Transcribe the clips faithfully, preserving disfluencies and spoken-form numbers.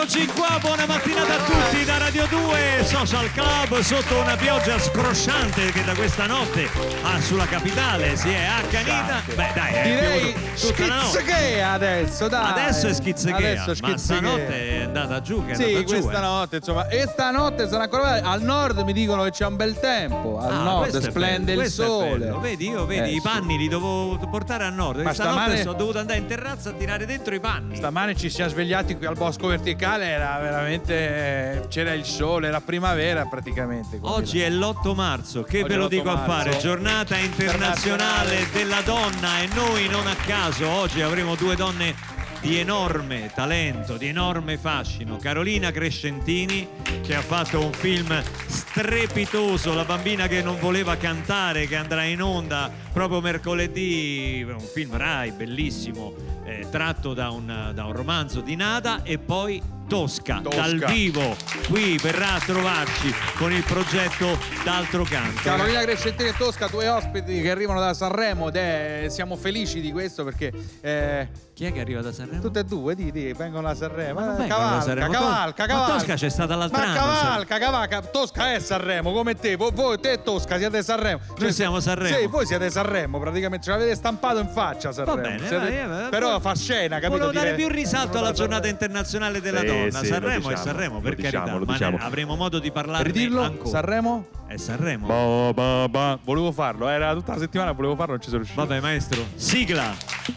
Eccoci qua, buona mattinata a tutti da Radio due Social Club sotto una pioggia scrosciante che da questa notte ah, sulla capitale si è accanita. Beh dai, è direi schizzichea adesso, dai. Adesso è schizzichea, Adesso ma stanotte è andata giù, che è sì, andata giù. questa eh. notte, insomma, e stanotte sarà ancora al nord, mi dicono che c'è un bel tempo, al Ah, nord questo è splende bello, il questo è sole. bello. Vedi, io vedi Eh, i sì. panni li dovevo portare a nord. Ma Stanotte stamane- sono dovuto andare in terrazza a tirare dentro i panni. Stamane ci siamo svegliati qui al Bosco Verticale, era veramente, c'era il sole, era primavera praticamente. Oggi è l'otto marzo, che Oggi ve è lo l'otto dico a marzo. fare, giornata internazionale Internazionale. della donna, e noi non a caso oggi avremo due donne di enorme talento, di enorme fascino. Carolina Crescentini, che ha fatto un film strepitoso, La bambina che non voleva cantare, che andrà in onda proprio mercoledì, un film Rai bellissimo, eh, tratto da un, da un romanzo di Nada. E poi Tosca, Tosca. dal vivo, qui verrà a trovarci con il progetto D'altro canto. Carolina Crescentini e Tosca, due ospiti che arrivano da Sanremo, ed è, siamo felici di questo perché eh, Chi è che arriva da Sanremo? tutte e due, di, di, vengono da Sanremo. Ma non Eh, vengono da cavalca, Sanremo. cavalca, Ma cavalca. Tosca c'è stata l'altro Ma anno, cavalca, cavalca, Tosca è Sanremo come te, voi, voi te e Tosca siete Sanremo. Noi siamo Sanremo. Sì, voi siete Sanremo, praticamente ce l'avete stampato in faccia Sanremo. Va bene, Siete- vai, vai, però vai. fa scena, capito? Volevo dare Dire- più risalto alla giornata internazionale della Sì, donna. sì, Sanremo lo è diciamo, Sanremo, per lo diciamo, carità, lo ma diciamo. ne avremo modo di parlarne Ridirlo, ancora. Sanremo? È Sanremo. Ba, ba, ba. Volevo farlo, era tutta la settimana, volevo farlo, non ci sono riuscito. Vabbè, maestro, sigla.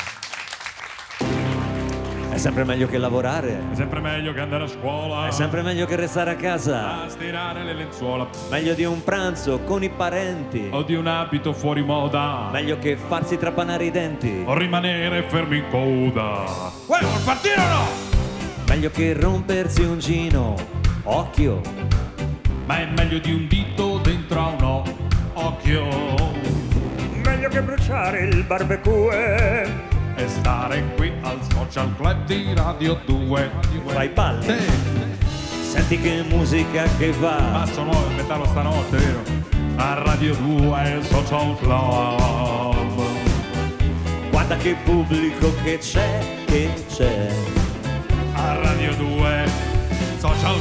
È sempre meglio che lavorare, È sempre meglio che andare a scuola. è sempre meglio che restare a casa, a stirare le lenzuola. meglio di un pranzo con i parenti, O di un abito fuori moda. meglio che farsi trapanare i denti, O rimanere fermi in coda. Uè, vuol partire o no? meglio che rompersi un gino, occhio, Ma è meglio di un dito dentro a un o- occhio. meglio che bruciare il barbecue, E stare qui al social club di Radio due. fai palle, senti che musica che va, Passo nuovo, inventarlo stanotte, vero? A Radio due Social Club. guarda che pubblico che c'è, che c'è, A Radio due Social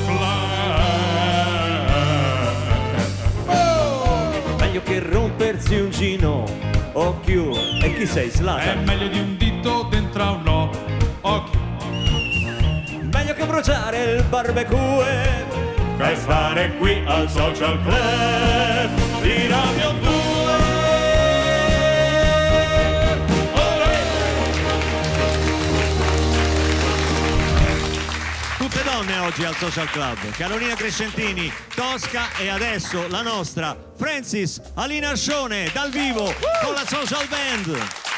Club. meglio che rompersi un gino, occhio, e chi sei, È Zlatan? meglio di un dito dentro a un o- occhio. Meglio che bruciare il barbecue, Per stare qui al Social Club di Radio due. Olè! Tutte donne oggi al Social Club. Carolina Crescentini, Tosca, e adesso la nostra Francis Alina Arscione dal vivo con la Social Band.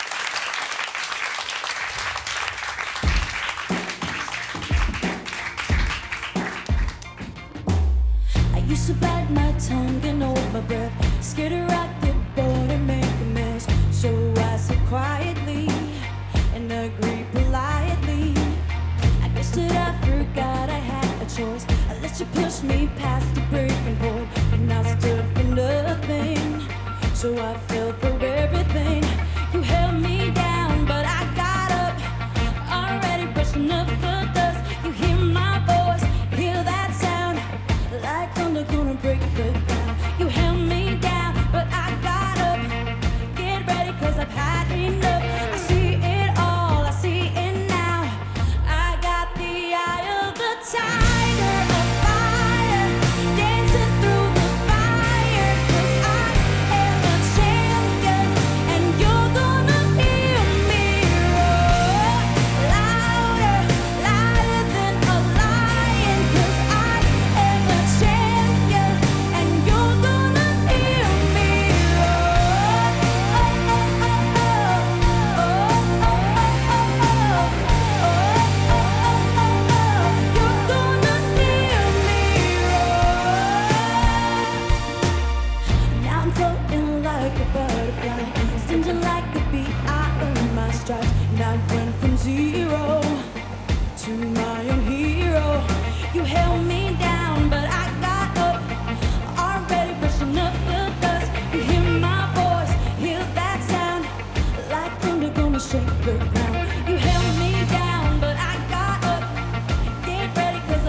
I used to bite my tongue and hold my breath, scared to rock the boat and make a mess. So I said quietly and agreed politely. I guess that I forgot I had a choice. I let you push me past the breaking point, and I stood for nothing. So I fell for everything. You held me down, but I got up, already brushing up the dust. You hear my voice, hear that sound, like thunder gonna break the ground. You held me down, but I got up. Get ready, cause I've had enough. I see it all, I see it now. I got the eye of the tiger, a fire, dancing through the fire. Cause I am a champion, and you're gonna hear me roar. Louder, louder than a lion. Cause I am a champion, and you're gonna hear me roar. Oh, oh, oh, oh, oh, oh, oh, oh, oh, you're gonna hear me roar. Now I'm floating like a butterfly, stinging like a bee. I earned my stripes, and I went from zero to my own hero. You held me down, but I got up, already brushing up the dust. You hear my voice, hear that sound, like thunder gonna shake the ground. You held me down, but I got up. Get ready, cause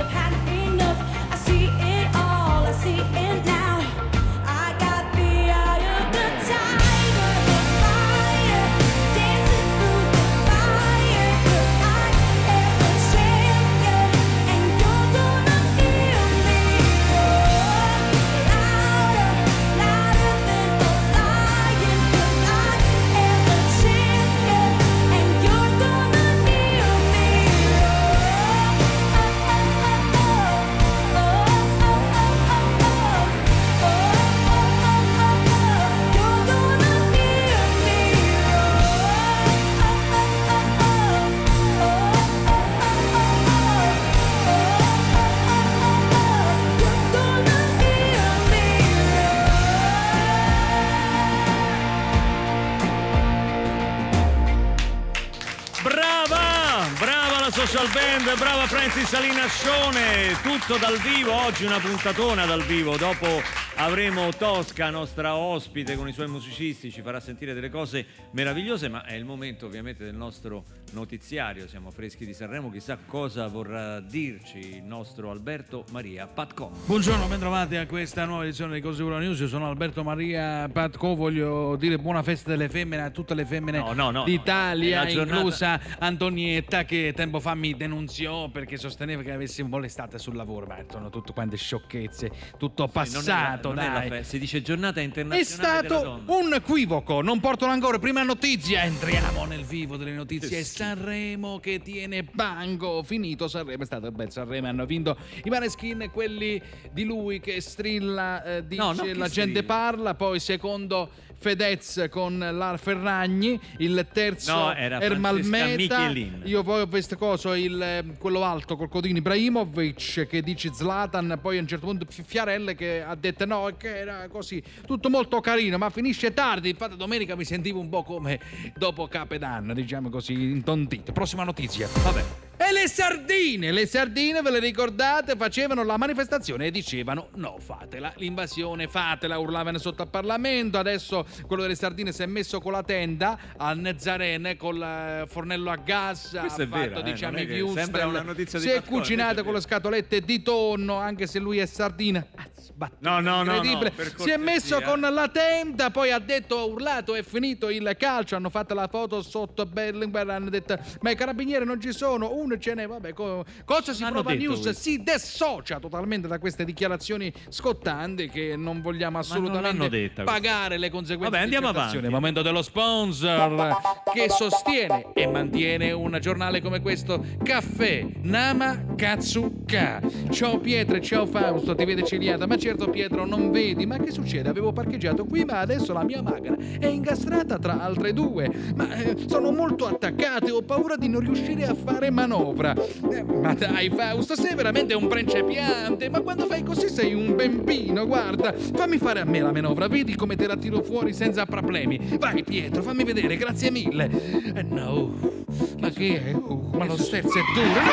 Social Band, brava Francis Salinascione, tutto dal vivo, oggi una puntatona dal vivo, dopo avremo Tosca, nostra ospite con i suoi musicisti, ci farà sentire delle cose meravigliose, ma è il momento ovviamente del nostro notiziario, siamo freschi di Sanremo, chissà cosa vorrà dirci il nostro Alberto Maria Patco. Buongiorno, bentrovati a questa nuova edizione di Cose Euro News, io sono Alberto Maria Patco, voglio dire buona festa delle femmine a tutte le femmine no, no, no, d'Italia, no, giornata... inclusa Antonietta che tempo fa mi denunziò perché sosteneva che avessi molestate sul lavoro, ma sono tutte quante sciocchezze, tutto passato. Non è la, non è la fe- si dice giornata internazionale. È stato un equivoco, non portano ancora. Prima notizia, entriamo nel vivo delle notizie. Sanremo che tiene banco. Finito Sanremo, è stato bel Sanremo. Hanno vinto i Maneskin, quelli di lui che strilla, eh, dice no, la strilla. gente parla. Poi secondo Fedez con la Ferragni, il terzo no, era Ermalmeta. Io poi ho visto cosa, il, quello alto col codino Ibrahimovic che dice Zlatan, poi a un certo punto Fiarelle che ha detto no, che era così, tutto molto carino, ma finisce tardi. Infatti domenica mi sentivo un po' come dopo Capodanno, diciamo così, intontito. Prossima notizia. Vabbè. E le sardine, le sardine ve le ricordate? Facevano la manifestazione e dicevano no, fatela, l'invasione fatela, urlavano sotto al Parlamento. Adesso quello delle sardine si è messo con la tenda a Nazarene col fornello a gas. Questo ha è fatto vero, diciamo eh, i viewster, sembra una notizia di si è Patcone, cucinato con le scatolette di tonno, anche se lui è sardina. No, no, no, incredibile. no, Si è messo con la tenda, poi ha detto, ha urlato, è finito il calcio. Hanno fatto la foto sotto Berlinguer, hanno detto ma i carabinieri non ci sono, uno ce n'è. Vabbè, co- cosa si Hanno prova news? questo. Si dissocia totalmente da queste dichiarazioni scottanti che non vogliamo assolutamente l'hanno detta pagare le conseguenze. Vabbè, andiamo di avanti. Il momento dello sponsor che sostiene e mantiene un giornale come questo, Caffè Nama Katsuka. Ciao Pietro, ciao Fausto, ti vede ciliata, ma certo Pietro non vedi, ma che succede? Avevo parcheggiato qui, ma adesso la mia macchina è incastrata tra altre due, ma eh, sono molto attaccate, ho paura di non riuscire a fare manovra. Eh, ma dai Fausto, sei veramente un principiante, ma quando fai così sei un bambino, guarda, fammi fare a me la manovra, vedi come te la tiro fuori senza problemi. Vai Pietro, fammi vedere, grazie mille. Eh, no, ma che è? Oh, ma lo sterzo è duro, no!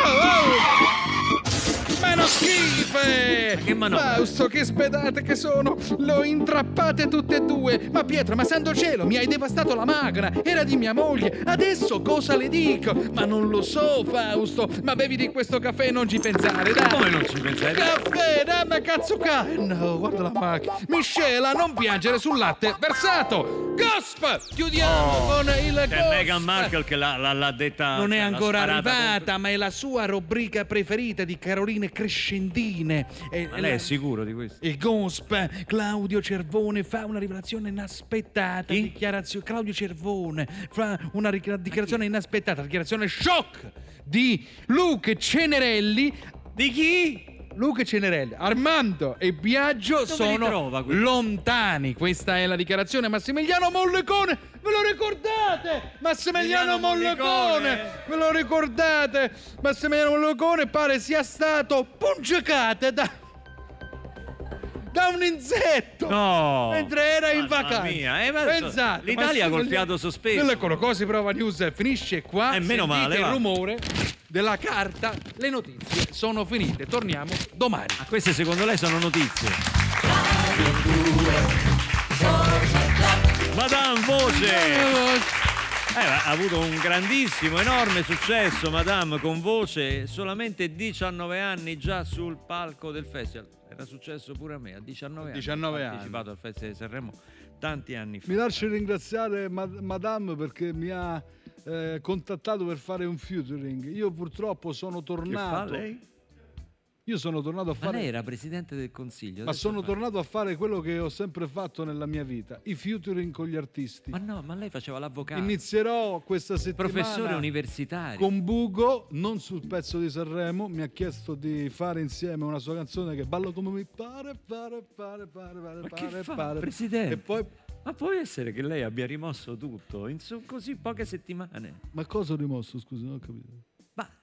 Oh! Mano schife! Che manovra? Fausto, che spedate che sono! L'ho intrappate tutte e due! Ma Pietro, ma santo cielo, mi hai devastato la macchina! Era di mia moglie! Adesso cosa le dico? Ma non lo so, Fausto! Ma bevi di questo caffè e non ci pensare, dai! Come non ci pensare? Caffè, dammi cazzucca! Eh no, guarda la macchina! Miscela, non piangere sul latte versato! Gosp! Chiudiamo Oh, con il C'è Gosp! Meghan Markle che l'ha, l'ha, l'ha detta. Non è l'ha ancora sparata arrivata, contro- ma è la sua rubrica preferita di Caroline Crescentine. E- Ma lei è sicuro di questo? Il Gosp, Claudio Cervone fa una rivelazione inaspettata. Chi? Dichiarazione, Claudio Cervone fa una ric- dichiarazione inaspettata, dichiarazione shock di Luca Cenerelli. Di chi? Luca Cenerelli, Armando e Biagio Dove li sono trova quelli? lontani. Questa è la dichiarazione. Massimiliano Mollicone, ve lo ricordate? Massimiliano Massimiliano Mollicone, Mollicone. ve lo ricordate? Massimiliano Mollicone pare sia stato pungicato da da un insetto No! mentre era in Mamma vacanza. mia, eh, ma Pensate, l'Italia col Massimiliano- fiato sospeso. Eccolo, Cose Prova News finisce qua. Eh, meno Sentite male, il va. rumore della carta. Le notizie sono finite. Torniamo domani. Ah, queste secondo lei sono notizie? Madame Voce! Eh, ha avuto un grandissimo, enorme successo, Madame, con Voce, solamente diciannove anni già sul palco del festival. Era successo pure a me, a diciannove anni. diciannove Ho anni. partecipato al Festival di Sanremo tanti anni fa. Mi lascio ringraziare ma- Madame perché mi ha eh, contattato per fare un featuring. Io purtroppo sono Che tornato. fa lei? Io sono tornato a Ma fare. lei era Presidente del Consiglio. Ma adesso sono fa- tornato a fare quello che ho sempre fatto nella mia vita, i featuring con gli artisti. Ma no, ma lei faceva l'avvocato. Inizierò questa settimana Professore universitario. con Bugo, non sul pezzo di Sanremo. Mi ha chiesto di fare insieme una sua canzone che ballo come mi pare, pare, pare, pare, pare, Ma che pare, fa, pare. Presidente? E poi, Ma può essere che lei abbia rimosso tutto in su così poche settimane? ma cosa ho rimosso? Scusi, non ho capito. Ma eh,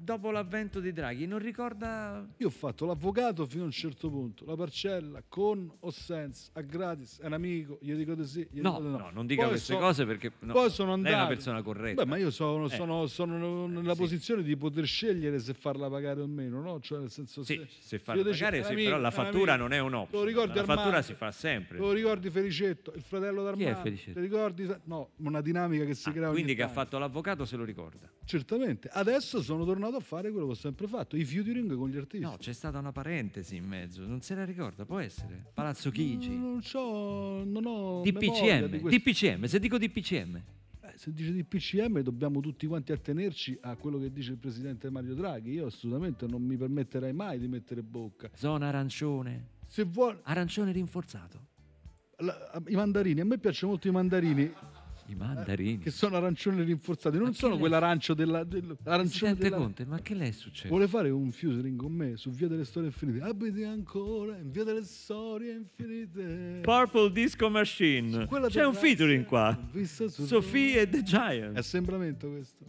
dopo l'avvento di Draghi non ricorda... Io ho fatto l'avvocato fino a un certo punto, la parcella con o senza, a gratis, è un amico, gli dico di sì, gli No, dico di no. no, non dica Poi queste so- cose perché no, poi sono lei è una andato. persona corretta. Beh, ma io sono, Eh. sono, sono nella Sì. posizione di poter scegliere se farla pagare o meno, no? Cioè, nel senso, Sì, se, se farla io decido- pagare è sì, un amico, però la è un fattura amico. non è un Te lo option. ricordi La fattura Armando? si fa sempre. Te lo ricordi Felicetto, il fratello d'Armando? Chi è Felicetto? Te ricordi? No, una dinamica che si Ah, crea ogni quindi che ha tanto. fatto l'avvocato se lo ricorda. Certamente. Adesso sono tornato a fare quello che ho sempre fatto, i featuring con gli artisti. No, c'è stata una parentesi in mezzo, non se la ricorda, può essere. Palazzo Chigi. Non, c'ho, non ho memoria D P C M, di questo. D P C M, se dico D P C M. Eh, se dice di P C M dobbiamo tutti quanti attenerci a quello che dice il presidente Mario Draghi. Io assolutamente non mi permetterei mai di mettere bocca. Zona arancione. Se vuole, Arancione rinforzato. la- i mandarini, a me piacciono molto i mandarini I mandarini. che sono arancioni rinforzati, non Ma sono che quell'arancio della, del, arancione Presidente della... Conte, ma che le è successo? Vuole fare un featuring con me su Via delle Storie Infinite? Abiti ancora in Via delle Storie Infinite. Purple Disco Machine. Quella C'è un terrazza, featuring qua. ho visto su- Sophie e The È Giant. assembramento questo.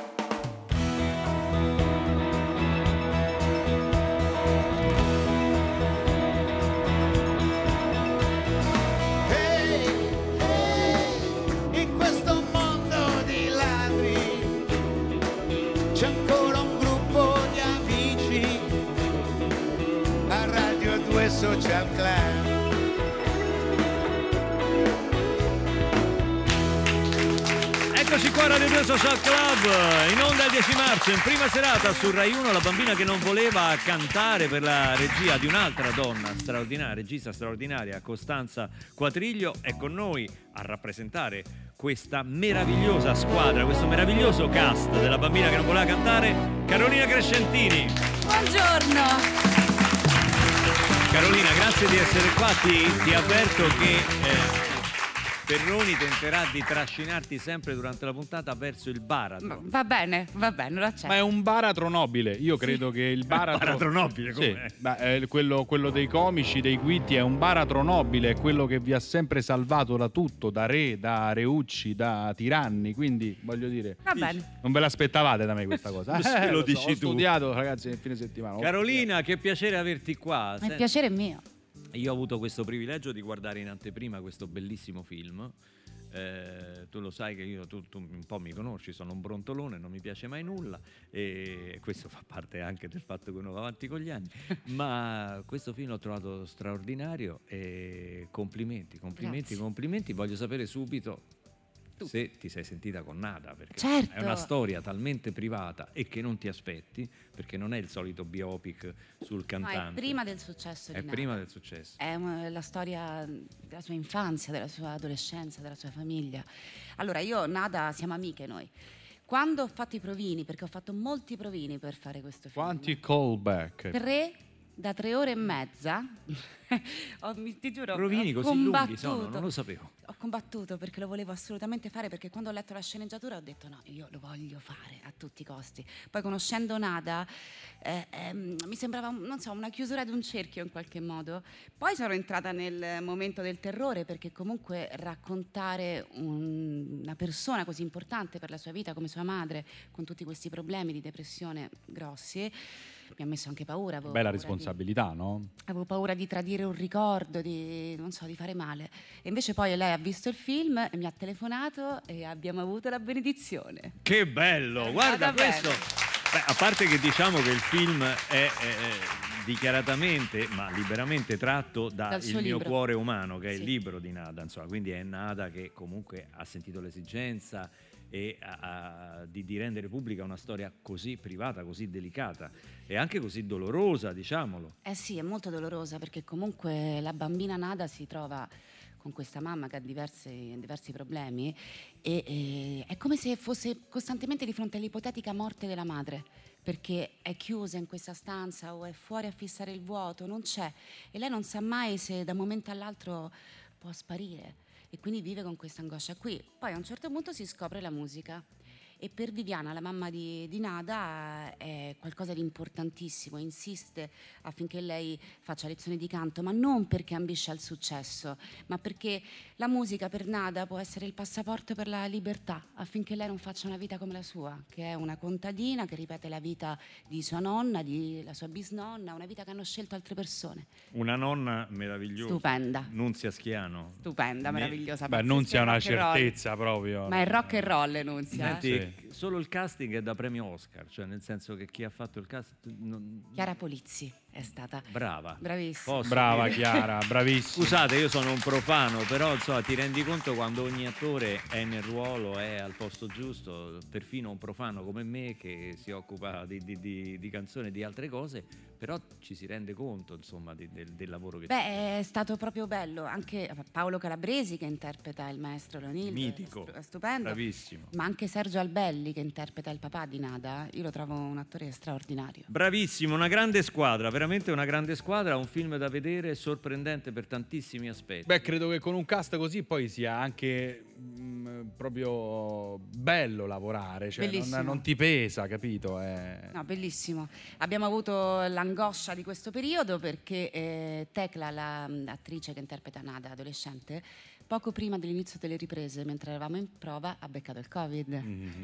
In questo mondo di ladri c'è ancora un gruppo di amici a Radio due Social Club. Eccoci qua Radio due Social Club, in onda il dieci marzo, in prima serata su Rai uno, la bambina che non voleva cantare per la regia di un'altra donna straordinaria, regista straordinaria, Costanza Quatriglio, è con noi a rappresentare questa meravigliosa squadra, questo meraviglioso cast della bambina che non voleva cantare, Carolina Crescentini. Buongiorno. Carolina, grazie di essere qua, ti, ti avverto che... eh, Perroni tenterà di trascinarti sempre durante la puntata verso il baratro. Va bene, va bene, lo accetto. Ma è un baratro nobile. Io credo che il baratro. Baratro nobile, Sì, com'è? ma, eh, quello, quello dei comici, dei quitti, è un baratro nobile, è quello che vi ha sempre salvato da tutto, da re, da reucci, da tiranni. Quindi voglio dire, Va bene. non ve l'aspettavate da me questa cosa. Se lo so, dici ho tu. studiato, ragazzi, nel fine settimana. Ho Carolina, che piacere averti qua. Il Senti, piacere è mio. io ho avuto questo privilegio di guardare in anteprima questo bellissimo film. Eh, tu lo sai che io tu, tu un po' mi conosci, sono un brontolone, non mi piace mai nulla e questo fa parte anche del fatto che uno va avanti con gli anni, ma questo film l'ho trovato straordinario e complimenti, complimenti, Grazie. complimenti. Voglio sapere subito se ti sei sentita con Nada, perché Certo. è una storia talmente privata e che non ti aspetti, perché non è il solito biopic sul No, cantante. è prima del successo di È Nada. prima del successo. È una- la storia della sua infanzia, della sua adolescenza, della sua famiglia. Allora, io, Nada, siamo amiche noi. Quando ho fatto i provini, perché ho fatto molti provini per fare questo film. Quanti callback? Tre, da tre ore e mezza. ho, mi, ti giuro, Provini ho così lunghi combattuto. sono, non lo sapevo. Ho combattuto perché lo volevo assolutamente fare, perché quando ho letto la sceneggiatura ho detto no, io lo voglio fare a tutti i costi. Poi conoscendo Nada eh, ehm, mi sembrava, non so, una chiusura di un cerchio in qualche modo. Poi sono entrata nel momento del terrore, perché comunque raccontare un- una persona così importante per la sua vita come sua madre, con tutti questi problemi di depressione grossi, mi ha messo anche paura. Avevo Bella paura di- responsabilità, no? Avevo paura di tradire un ricordo, di, non so, di fare male. E invece poi lei ha visto il film e mi ha telefonato e abbiamo avuto la benedizione. Che bello, È guarda andata questo. Beh, a parte che diciamo che il film è, è- è dichiaratamente, ma liberamente tratto da Dal Il suo mio libro. cuore umano, che è il Sì. libro di Nada, insomma, quindi è Nada che comunque ha sentito l'esigenza e ha- ha- di, di rendere pubblica una storia così privata, così delicata e anche così dolorosa, diciamolo. Eh sì, è molto dolorosa, perché comunque la bambina Nada si trova con questa mamma che ha diversi, diversi problemi e, e è come se fosse costantemente di fronte all'ipotetica morte della madre, perché è chiusa in questa stanza o è fuori a fissare il vuoto, non c'è, e lei non sa mai se da un momento all'altro può sparire, e quindi vive con questa angoscia qui. Poi a un certo punto si scopre la musica E per Viviana, la mamma di, di Nada, è qualcosa di importantissimo, insiste affinché lei faccia lezioni di canto, ma non perché ambisce al successo, ma perché la musica per Nada può essere il passaporto per la libertà, affinché lei non faccia una vita come la sua, che è una contadina che ripete la vita di sua nonna, di la sua bisnonna, una vita che hanno scelto altre persone. Una nonna meravigliosa. Stupenda. Nunzia Schiano. Stupenda, meravigliosa. Beh, Nunzia è una certezza proprio. Ma è rock and roll, Nunzia. Senti, Sì. solo il casting è da premio Oscar, cioè nel senso che chi ha fatto il casting... non- Chiara Polizzi è stata Brava. bravissima. Posso Brava dire? Chiara, bravissima. Scusate, io sono un profano, però insomma, ti rendi conto quando ogni attore è nel ruolo, è al posto giusto, perfino un profano come me che si occupa di, di, di, di canzoni e di altre cose, però ci si rende conto insomma di- del, del lavoro che si fa. Beh, è stato proprio bello anche Paolo Calabresi che interpreta il maestro Leonildo, Mitico, è stupendo. bravissimo. Ma anche Sergio Albelli che interpreta il papà di Nada, io lo trovo un attore straordinario. Bravissimo, una grande squadra, veramente una grande squadra, un film da vedere, sorprendente per tantissimi aspetti. Beh, credo che con un cast così poi sia anche mh, proprio bello lavorare, cioè non, Bellissimo. non ti pesa, capito? È... No, bellissimo. Abbiamo avuto l'angoscia di questo periodo perché eh, Tecla, la- l'attrice che interpreta Nada adolescente, poco prima dell'inizio delle riprese, mentre eravamo in prova, ha beccato il Covid.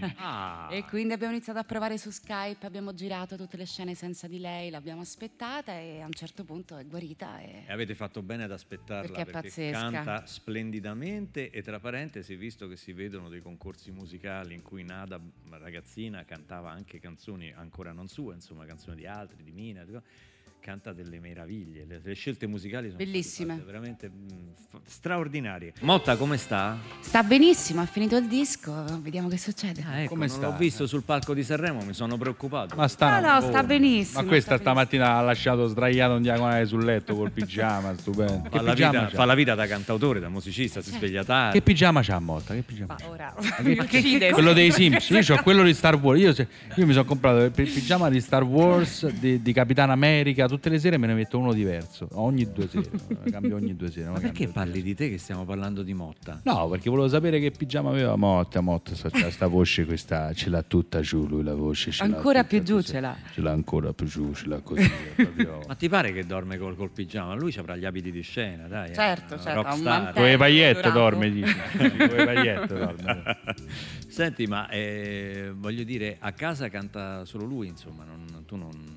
Ah. E quindi abbiamo iniziato a provare su Skype, abbiamo girato tutte le scene senza di lei, l'abbiamo aspettata e a un certo punto è guarita. E... E avete fatto bene ad aspettarla Perché è pazzesca. canta splendidamente e tra parentesi, visto che si vedono dei concorsi musicali in cui Nada ragazzina cantava anche canzoni ancora non sue, insomma canzoni di altri, di Mina, di- canta delle meraviglie, le, le scelte musicali sono Bellissime. state veramente mh, f- straordinarie. Motta come sta? Sta benissimo, ha finito il disco, vediamo che succede. Ah, ecco, Come non sta? l'ho visto sul palco di Sanremo, mi sono preoccupato. Ma sta, No, no, sta benissimo, Ma questa sta stamattina ha lasciato sdraiato in diagonale sul letto col pigiama, stupendo. Fa Che la, pigiama vita, c'ha? fa la vita da cantautore, da musicista, si sveglia tardi. Che pigiama c'ha Motta? Che pigiama? Ma ora Mi uccide. Quello dei Simpsons, io ho quello di Star Wars. Io, se- io mi sono comprato il pi- pigiama di Star Wars, di, di Capitan America. Tutte le sere me ne metto uno diverso. Ogni due sere, cambio ogni due sere. Ma perché parli di te che stiamo parlando di Motta? No, perché volevo sapere che pigiama aveva Motta. Motta, sta, c'ha sta voce, questa ce l'ha tutta giù. Lui la voce ce l'ha Ancora tutta più giù così. ce l'ha. Ce l'ha ancora più giù, ce l'ha così. è proprio- Ma ti pare che dorme col, col pigiama? Lui ci avrà gli abiti di scena, dai. è Certo, una certo, ha un rockstar. mantello. Con le pagliette dorato. dorme, dici. Con le pagliette dorme. Senti, ma eh, voglio dire, a casa canta solo lui, insomma, non- tu non...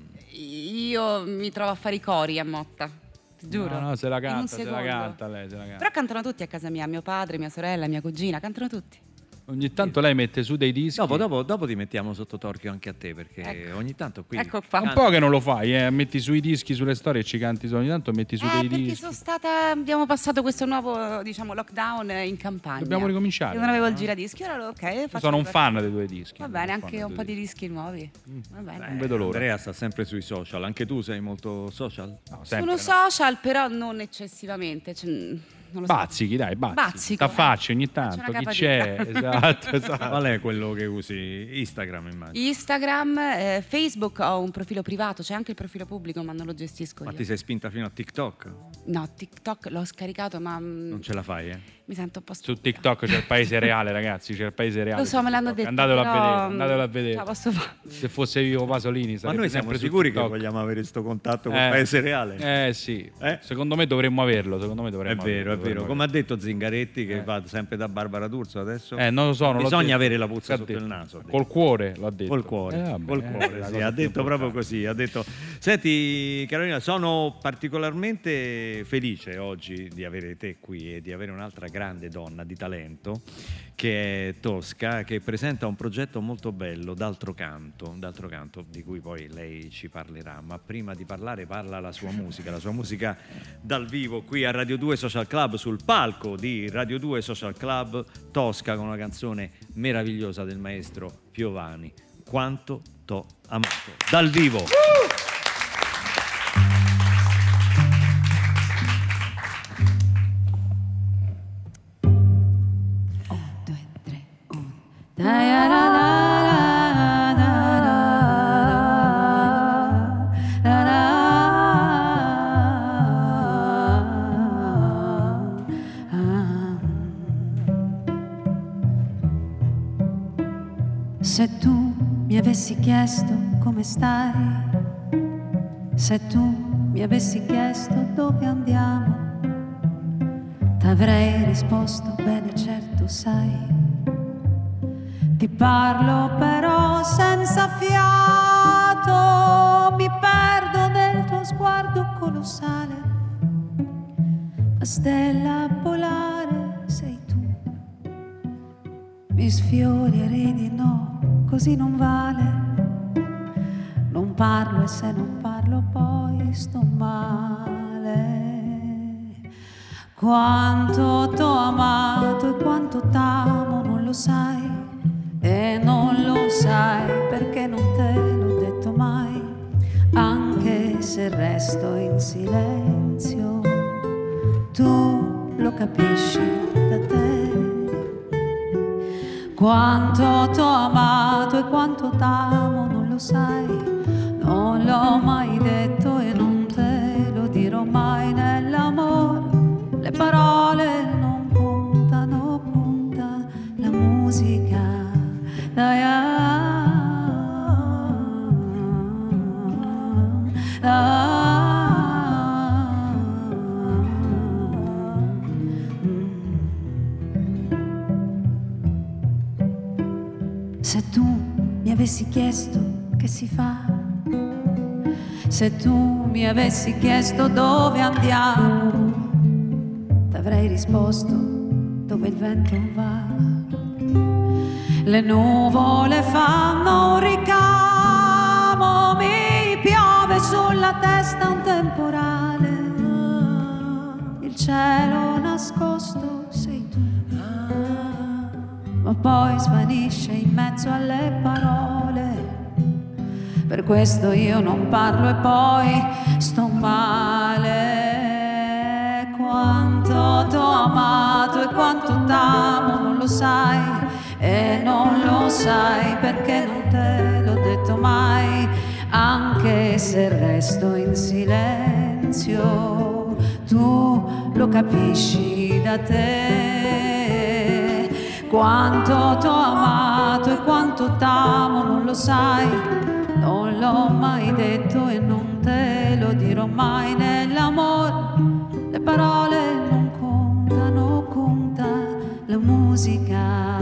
Io mi trovo a fare i cori a Motta, ti giuro. No, no, se la In un canta, se la secondo. canta lei, se la canta. Però cantano tutti a casa mia, mio padre, mia sorella, mia cugina, cantano tutti. Ogni tanto lei mette su dei dischi. Dopo, dopo, dopo ti mettiamo sotto torchio anche a te, perché Ecco. ogni tanto qui... Ecco qua. Un po' che non lo fai, eh. Metti sui dischi, sulle storie e ci canti ogni tanto, metti su Eh, dei perché dischi. sono stata, abbiamo passato questo nuovo, diciamo, lockdown in campagna. Dobbiamo ricominciare. Io non avevo il no? giradischi, ora ok. Io faccio sono un per- fan dei tuoi dischi. Va sono bene, fan anche dei un tuoi po' di dischi. dischi nuovi. Va bene. Non vedo l'ora. Andrea sta sempre sui social, anche tu sei molto social? No, sempre, Sono no. social, però non eccessivamente. cioè, non lo so. Bazzichi, dai, bazzichi. Bazzico, eh. T'affacci ogni Faccio tanto, una chi c'è? capatina. Esatto, esatto. Qual è quello che usi? Instagram, immagino. Instagram, eh, Facebook ho un profilo privato, c'è anche il profilo pubblico, ma non lo gestisco Ma io. ti sei spinta fino a TikTok? No, TikTok l'ho scaricato, ma mm, Non ce la fai, eh? mi sento un po' Su stupida. TikTok c'è il paese reale, ragazzi, c'è il paese reale. Lo so, su me l'hanno TikTok. detto. Andatelo però, a vedere, mm, andatelo a Ce vedere. la posso fare. Se fosse vivo Pasolini Ma sarebbe noi siamo sempre su sicuri che TikTok. vogliamo avere questo contatto con Eh. il paese reale? Eh sì, Eh? secondo me dovremmo averlo, secondo me È dovremmo vero, è averlo, vero. dovremmo Come ha detto Zingaretti, che Eh. va sempre da Barbara D'Urso adesso. Eh, non lo so, non l'ho Bisogna detto. avere la puzza Che ha sotto detto? il naso. ha detto. Col cuore, l'ho detto. Col cuore, Eh, vabbè, col eh, cuore, la sì, cosa ha più detto proprio importante. così. Ha detto. Senti, Carolina, sono particolarmente felice oggi di avere te qui e di avere un'altra grande donna di talento che è Tosca, che presenta un progetto molto bello, D'altro canto, d'altro canto, di cui poi lei ci parlerà. Ma prima di parlare, parla la sua musica, la sua musica dal vivo qui a Radio due Social Club, sul palco di Radio due Social Club. Tosca con una canzone meravigliosa del maestro Piovani, Quanto t'ho amato, dal vivo. chiesto come stai, se tu mi avessi chiesto dove andiamo, t'avrei risposto bene certo sai. Ti parlo però senza fiato, mi perdo nel tuo sguardo colossale, la stella polare sei tu. Mi sfiori e ridi, no, così non vale. Non parlo e se non parlo poi sto male. Quanto t'ho amato e quanto t'amo non lo sai, e non lo sai perché non te l'ho detto mai, anche se resto in silenzio, tu lo capisci da te. Quanto t'ho amato e quanto t'amo non lo sai, non l'ho mai detto e non te lo dirò mai. Nell'amore le parole non contano, conta la musica. Dai, ah, ah, mm. Se tu mi avessi chiesto che si fa, se tu mi avessi chiesto dove andiamo, t'avrei risposto dove il vento va. Le nuvole fanno un ricamo, mi piove sulla testa un temporale, il cielo nascosto sei tu, ma poi svanisce in mezzo alle parole. Per questo io non parlo e poi sto male. Quanto t'ho amato e quanto t'amo non lo sai, e non lo sai perché non te l'ho detto mai, anche se resto in silenzio, tu lo capisci da te. Quanto t'ho amato e quanto t'amo non lo sai, non l'ho mai detto e non te lo dirò mai. Nell'amore le parole non contano, conta la musica.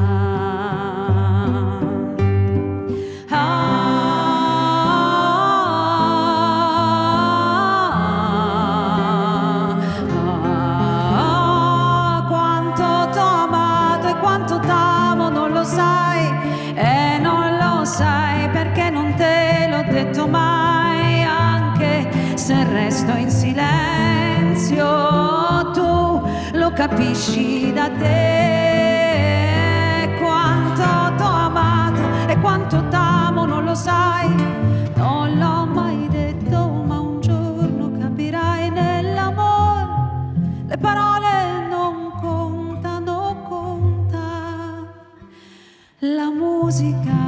Ah, ah, ah, quanto t'ho amato e quanto t'amo non lo sai, e non lo sai perché non te l'ho detto mai, anche se resto in silenzio, tu lo capisci da te. Quanto t'ho amato e quanto t'amo non lo sai, non l'ho mai detto ma un giorno capirai. Nell'amore le parole non contano, conta la musica.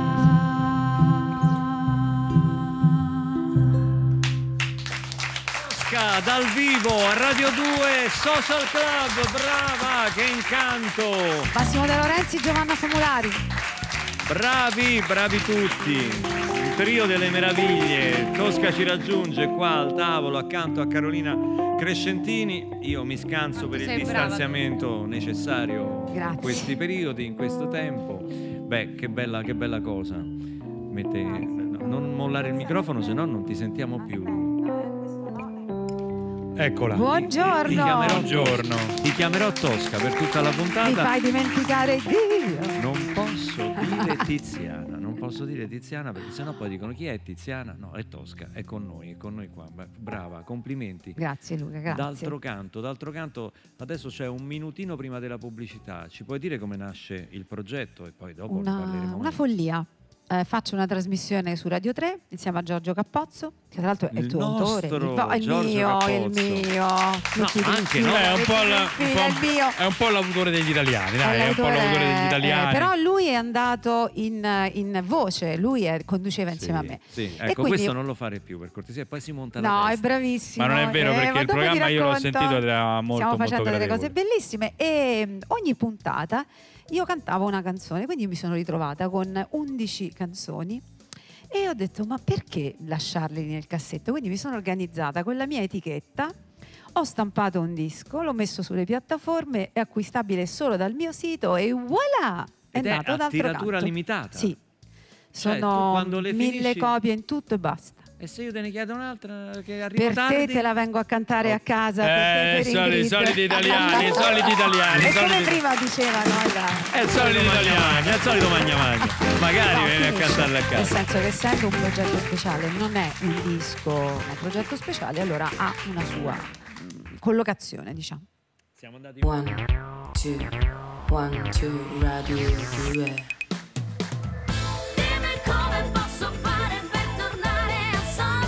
Dal vivo a Radio due Social Club, brava, che incanto! Massimo De Lorenzi, Giovanna Famulari. Bravi, bravi tutti. Il trio delle meraviglie. Tosca ci raggiunge qua al tavolo accanto a Carolina Crescentini. Io mi scanso per il sei distanziamento brava. necessario Grazie. in questi periodi, in questo tempo. Beh, che bella, che bella cosa. Mette, non mollare il microfono, se no non ti sentiamo più. Eccola. Buongiorno. Ti chiamerò, Buongiorno. ti chiamerò Tosca per tutta la Mi puntata. fai dimenticare Dio. Non posso dire Tiziana, non posso dire Tiziana perché sennò poi dicono chi è Tiziana? No, è Tosca, è con noi, è con noi qua. Beh, brava, complimenti. Grazie Luca, grazie. D'altro canto, d'altro canto, adesso c'è un minutino prima della pubblicità. Ci puoi dire come nasce il progetto e poi dopo ne Una, parleremo. una meglio. follia. Eh, faccio una trasmissione su Radio tre insieme a Giorgio Cappozzo, che tra l'altro è il, Il tuo autore. nostro Il, vo- il Giorgio mio, Cappozzo. il mio. No, Metti anche il no. mio, Beh, è un po' metti la- il mio, un po'- è il mio. È un po' l'autore degli italiani, dai, è, un po' l'autore, l'autore degli eh, italiani. però lui è andato in, in voce, lui è- conduceva insieme Sì, a me. sì. E Ecco, quindi- questo non lo fare più per cortesia, e poi si monta la No, è testa. bravissimo. Ma non è vero, eh, perché ma il dopo ti programma io l'ho racconto. sentito ed era molto, Stiamo molto facendo delle gradevole. cose bellissime e mm, ogni puntata io cantavo una canzone, quindi mi sono ritrovata con undici canzoni E ho detto, ma perché lasciarli nel cassetto? Quindi mi sono organizzata con la mia etichetta, ho stampato un disco, l'ho messo sulle piattaforme, è acquistabile solo dal mio sito e voilà! È Ed è nato a d'altro tiratura canto. limitata? Sì, Cioè, tu sono quando le mille finisci- copie in tutto e basta. E se io te ne chiedo un'altra che arriva Per tardi? te te la vengo a cantare a casa. per Eh, te, per soli- Ingrid. soliti italiani, soliti italiani, E soliti- come prima dicevano, era- È il solito magna magna, è il solito magna magna. Magari No, vieni a finisce. cantarle a Nel casa. senso che essendo un progetto speciale, non è un disco, ma un progetto speciale, allora ha una sua mm, collocazione, diciamo. Siamo andati One, two, one, two, radio due. Dimmi come posso fare per tornare a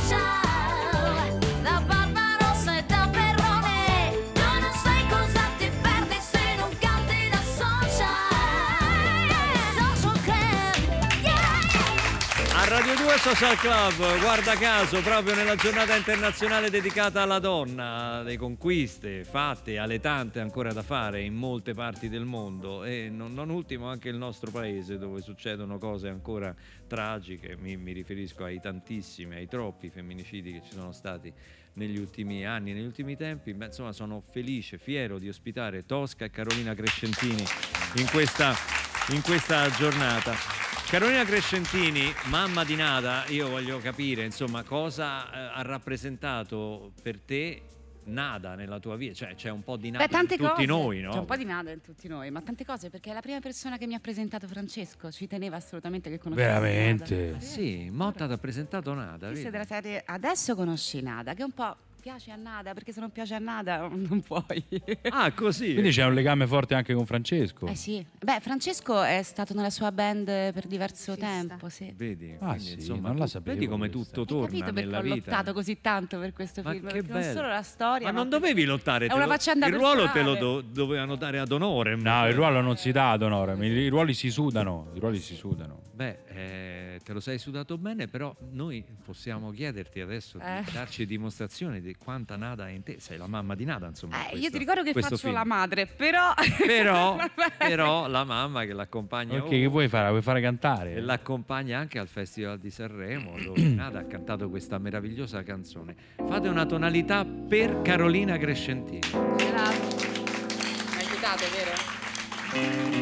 social. Da Barbarossa e da Perrone. Tu non sai cosa ti perdi se non canti da social. Social Club, yeah. a Radio due Social Club, guarda caso, proprio nella giornata internazionale dedicata alla donna, le conquiste fatte, alle tante ancora da fare in molte parti del mondo e non, non ultimo anche il nostro paese dove succedono cose ancora tragiche, mi, mi riferisco ai tantissimi, ai troppi femminicidi che ci sono stati negli ultimi anni, negli ultimi tempi. Beh, insomma, sono felice, fiero di ospitare Tosca e Carolina Crescentini in questa, in questa giornata. Carolina Crescentini, mamma di Nada, io voglio capire, insomma, cosa eh, ha rappresentato per te Nada nella tua vita? Cioè, c'è un po' di Nada Beh, tante in tutti cose. noi, no? C'è un po' di nada in tutti noi, ma tante cose, perché è la prima persona che mi ha presentato Francesco, ci teneva assolutamente che conoscessi Veramente? Nada. Sì, Motta ti ha presentato Nada, Questa vedi? è della serie Adesso conosci Nada, che un po' piace a Nada, perché se non piace a Nada non puoi. Ah, così? Quindi c'è un legame forte anche con Francesco. Eh sì. Beh, Francesco è stato nella sua band per diverso tempo, sì. Vedi? Ah, Quindi, sì, insomma, non la tu- sapevo Vedi come questa. tutto Hai torna capito perché nella ho vita. lottato così tanto per questo Ma film? che Perché non bello. solo la storia, Ma ma, non dovevi lottare, è te una lo- faccenda il ruolo te lo personale. do- dovevano dare ad onore. No, il ruolo non si dà ad onore, i ruoli si sudano, i ruoli si sudano. Beh, eh, te lo sei sudato bene, però noi possiamo chiederti adesso Eh. di darci dimostrazione di quanta Nada è in te. Sei la mamma di Nada, insomma. in Eh, io questo- ti ricordo che questo faccio film. la madre, però... Però, Vabbè. però la mamma che l'accompagna Ok, ovunque. che vuoi fare? Vuoi fare cantare? E l'accompagna anche al Festival di Sanremo, dove Nada ha cantato questa meravigliosa canzone. Fate una tonalità per Carolina Crescentini. Ce l'ha. Mi aiutate, vero?